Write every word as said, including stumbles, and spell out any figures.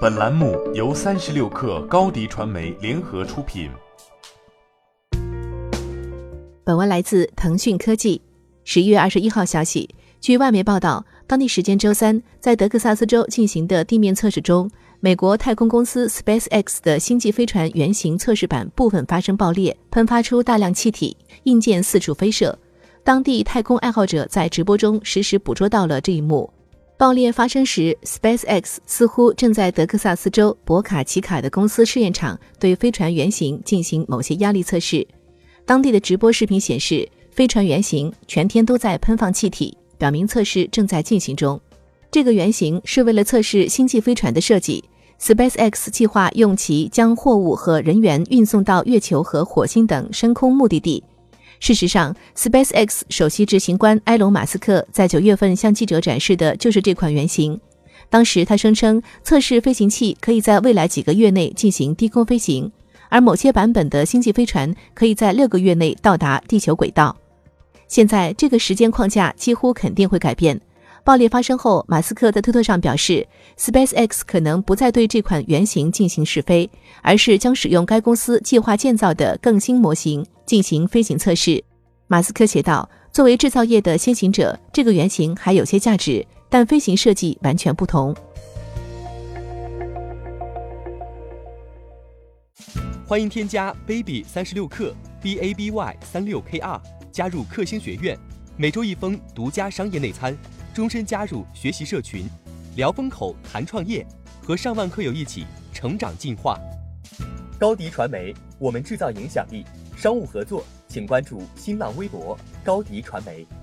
本栏目由三十六氪高迪传媒联合出品。 本文来自腾讯科技。十一月二十一号消息，据外媒报道，当地时间周三，在德克萨斯州进行的地面测试中，美国太空公司 SpaceX 的星际飞船原型测试板部分发生爆裂，喷发出大量气体，硬件四处飞射。当地太空爱好者在直播中实时捕捉到了这一幕。爆裂发生时 ，SpaceX 似乎正在德克萨斯州博卡奇卡的公司试验场对飞船原型进行某些压力测试。当地的直播视频显示，飞船原型全天都在喷放气体，表明测试正在进行中。这个原型是为了测试星际飞船的设计。SpaceX 计划用其将货物和人员运送到月球和火星等深空目的地。事实上 ，SpaceX 首席执行官埃隆·马斯克在九月份向记者展示的就是这款原型。当时他声称，测试飞行器可以在未来几个月内进行低空飞行，而某些版本的星际飞船可以在六个月内到达地球轨道。现在这个时间框架几乎肯定会改变。爆裂发生后，马斯克在推特上表示 ，SpaceX 可能不再对这款原型进行试飞，而是将使用该公司计划建造的更新模型进行飞行测试。马斯克写道：“作为制造业的先行者，这个原型还有些价值，但飞行设计完全不同。” 欢迎添加 baby 三十六克 B A B Y 三六 K R 加入克星学院，每周一封独家商业内参，终身加入学习社群，聊风口谈创业，和上万课友一起成长进化。高迪传媒，我们制造影响力。商务合作请关注新浪微博高迪传媒。